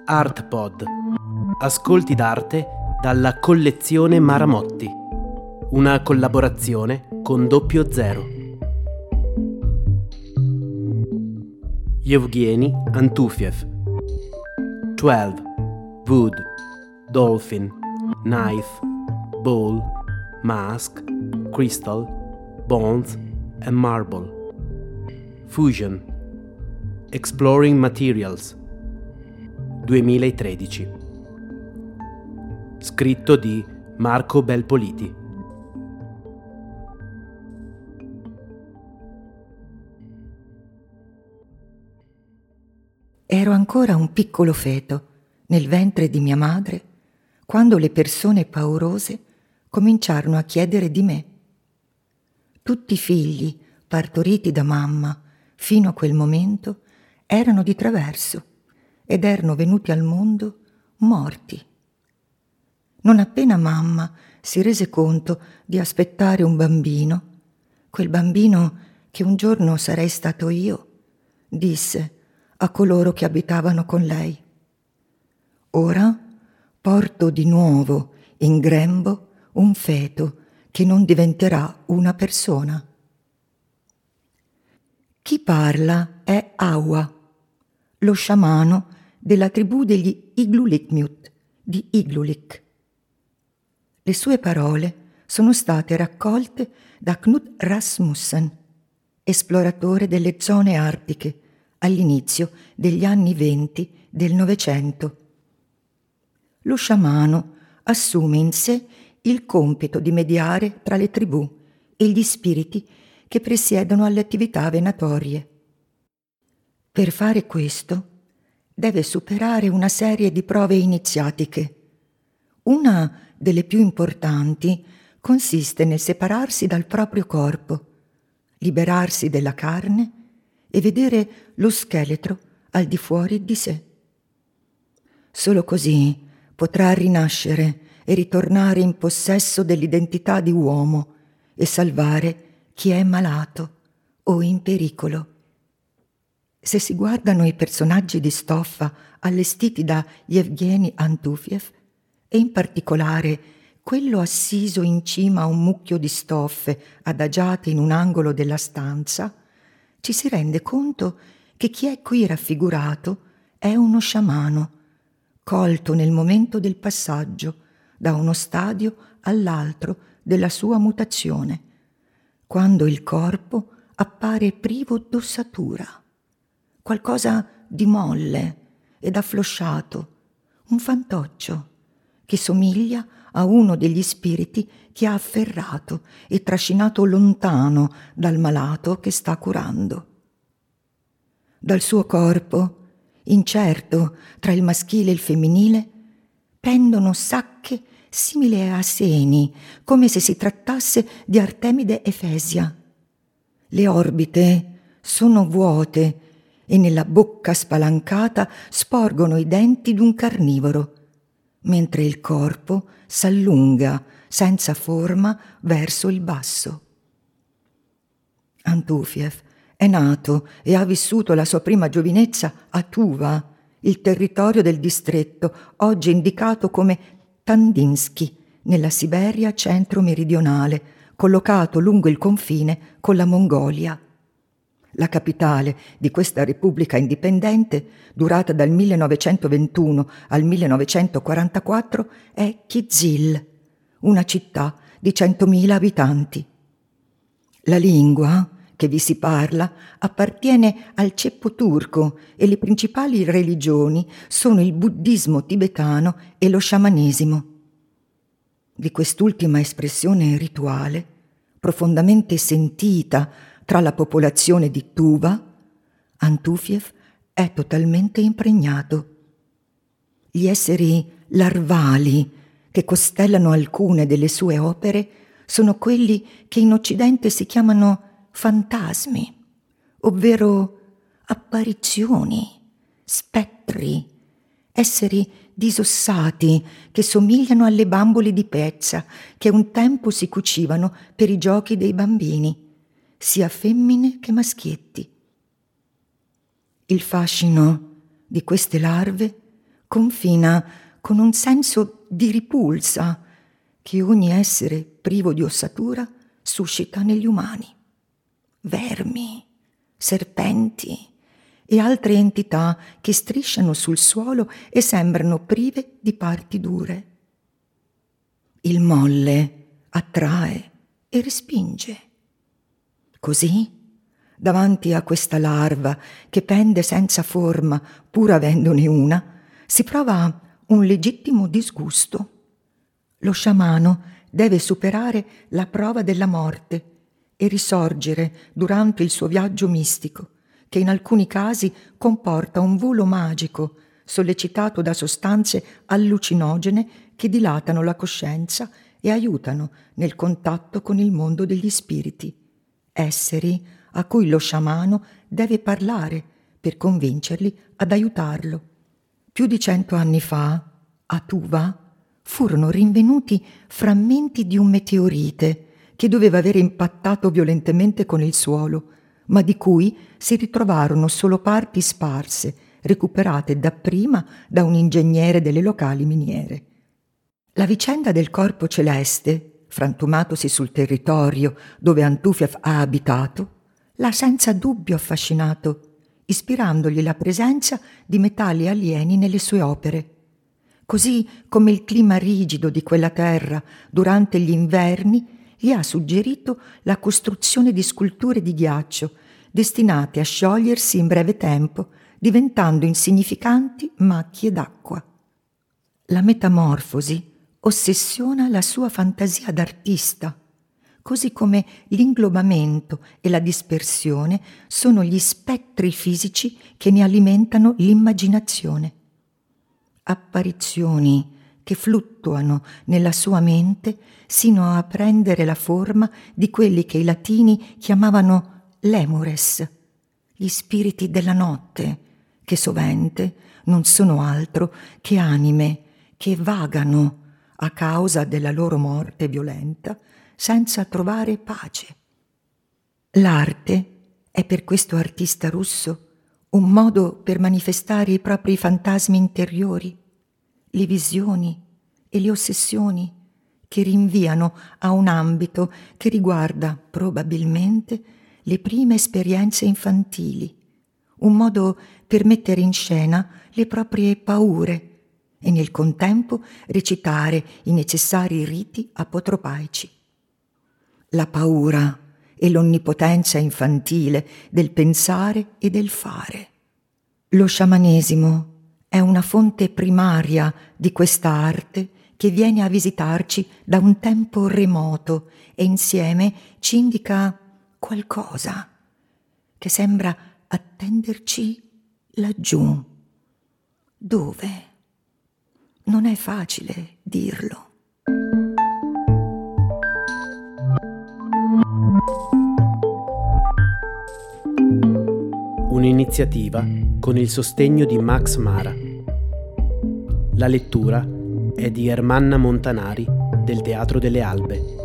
ArtPod. Ascolti d'arte dalla collezione Maramotti. Una collaborazione con 00. Yevgeny Antufiev. 12. Wood. Dolphin. Knife. Ball. Mask. Crystal. Bones and Marble. Fusion. Exploring Materials. 2013. Scritto di Marco Belpoliti. Ero ancora un piccolo feto nel ventre di mia madre quando le persone paurose cominciarono a chiedere di me. Tutti i figli partoriti da mamma fino a quel momento erano di traverso ed erano venuti al mondo morti. Non appena mamma si rese conto di aspettare un bambino, quel bambino che un giorno sarei stato io, disse a coloro che abitavano con lei: «Ora porto di nuovo in grembo un feto che non diventerà una persona». Chi parla è Awa, lo sciamano della tribù degli Iglulikmut di Iglulik. Le sue parole sono state raccolte da Knut Rasmussen, esploratore delle zone artiche all'inizio degli anni 20 del Novecento. Lo sciamano assume in sé il compito di mediare tra le tribù e gli spiriti che presiedono alle attività venatorie. Per fare questo deve superare una serie di prove iniziatiche. Una delle più importanti consiste nel separarsi dal proprio corpo, liberarsi della carne e vedere lo scheletro al di fuori di sé. Solo così potrà rinascere e ritornare in possesso dell'identità di uomo e salvare chi è malato o in pericolo. Se si guardano i personaggi di stoffa allestiti da Yevgeny Antufiev, e in particolare quello assiso in cima a un mucchio di stoffe adagiate in un angolo della stanza, ci si rende conto che chi è qui raffigurato è uno sciamano, colto nel momento del passaggio da uno stadio all'altro della sua mutazione, quando il corpo appare privo d'ossatura, qualcosa di molle ed afflosciato, un fantoccio che somiglia a uno degli spiriti che ha afferrato e trascinato lontano dal malato che sta curando. Dal suo corpo, incerto tra il maschile e il femminile, pendono sacche simili a seni, come se si trattasse di Artemide Efesia. Le orbite sono vuote e nella bocca spalancata sporgono i denti d'un carnivoro, mentre il corpo s'allunga senza forma verso il basso. Antufiev è nato e ha vissuto la sua prima giovinezza a Tuva, il territorio del distretto oggi indicato come Tandinsky, nella Siberia centro-meridionale, collocato lungo il confine con la Mongolia. La capitale di questa repubblica indipendente, durata dal 1921 al 1944, è Kizil, una città di 100.000 abitanti. La lingua che vi si parla appartiene al ceppo turco e le principali religioni sono il buddismo tibetano e lo sciamanesimo. Di quest'ultima espressione rituale, profondamente sentita tra la popolazione di Tuva, Antufiev è totalmente impregnato. Gli esseri larvali che costellano alcune delle sue opere sono quelli che in Occidente si chiamano fantasmi, ovvero apparizioni, spettri, esseri disossati che somigliano alle bambole di pezza che un tempo si cucivano per i giochi dei bambini, sia femmine che maschietti. Il fascino di queste larve confina con un senso di ripulsa che ogni essere privo di ossatura suscita negli umani. Vermi, serpenti e altre entità che strisciano sul suolo e sembrano prive di parti dure. Il molle attrae e respinge. Così, davanti a questa larva che pende senza forma, pur avendone una, si prova un legittimo disgusto. Lo sciamano deve superare la prova della morte e risorgere durante il suo viaggio mistico, che in alcuni casi comporta un volo magico sollecitato da sostanze allucinogene che dilatano la coscienza e aiutano nel contatto con il mondo degli spiriti, esseri a cui lo sciamano deve parlare per convincerli ad aiutarlo. Più di 100 anni fa, a Tuva, furono rinvenuti frammenti di un meteorite che doveva aver impattato violentemente con il suolo, ma di cui si ritrovarono solo parti sparse, recuperate dapprima da un ingegnere delle locali miniere. La vicenda del corpo celeste, frantumatosi sul territorio dove Antufiev ha abitato, l'ha senza dubbio affascinato, ispirandogli la presenza di metalli alieni nelle sue opere. Così come il clima rigido di quella terra durante gli inverni gli ha suggerito la costruzione di sculture di ghiaccio destinate a sciogliersi in breve tempo, diventando insignificanti macchie d'acqua. La metamorfosi ossessiona la sua fantasia d'artista, così come l'inglobamento e la dispersione sono gli spettri fisici che ne alimentano l'immaginazione. Apparizioni che fluttuano nella sua mente sino a prendere la forma di quelli che i latini chiamavano lemures, gli spiriti della notte, che sovente non sono altro che anime che vagano a causa della loro morte violenta senza trovare pace. L'arte è per questo artista russo un modo per manifestare i propri fantasmi interiori, le visioni e le ossessioni che rinviano a un ambito che riguarda probabilmente le prime esperienze infantili, un modo per mettere in scena le proprie paure e nel contempo recitare i necessari riti apotropaici. La paura e l'onnipotenza infantile del pensare e del fare. Lo sciamanesimo è una fonte primaria di questa arte che viene a visitarci da un tempo remoto e insieme ci indica qualcosa che sembra attenderci laggiù. Dove? Non è facile dirlo. Un'iniziativa con il sostegno di Max Mara. La lettura è di Ermanna Montanari del Teatro delle Albe.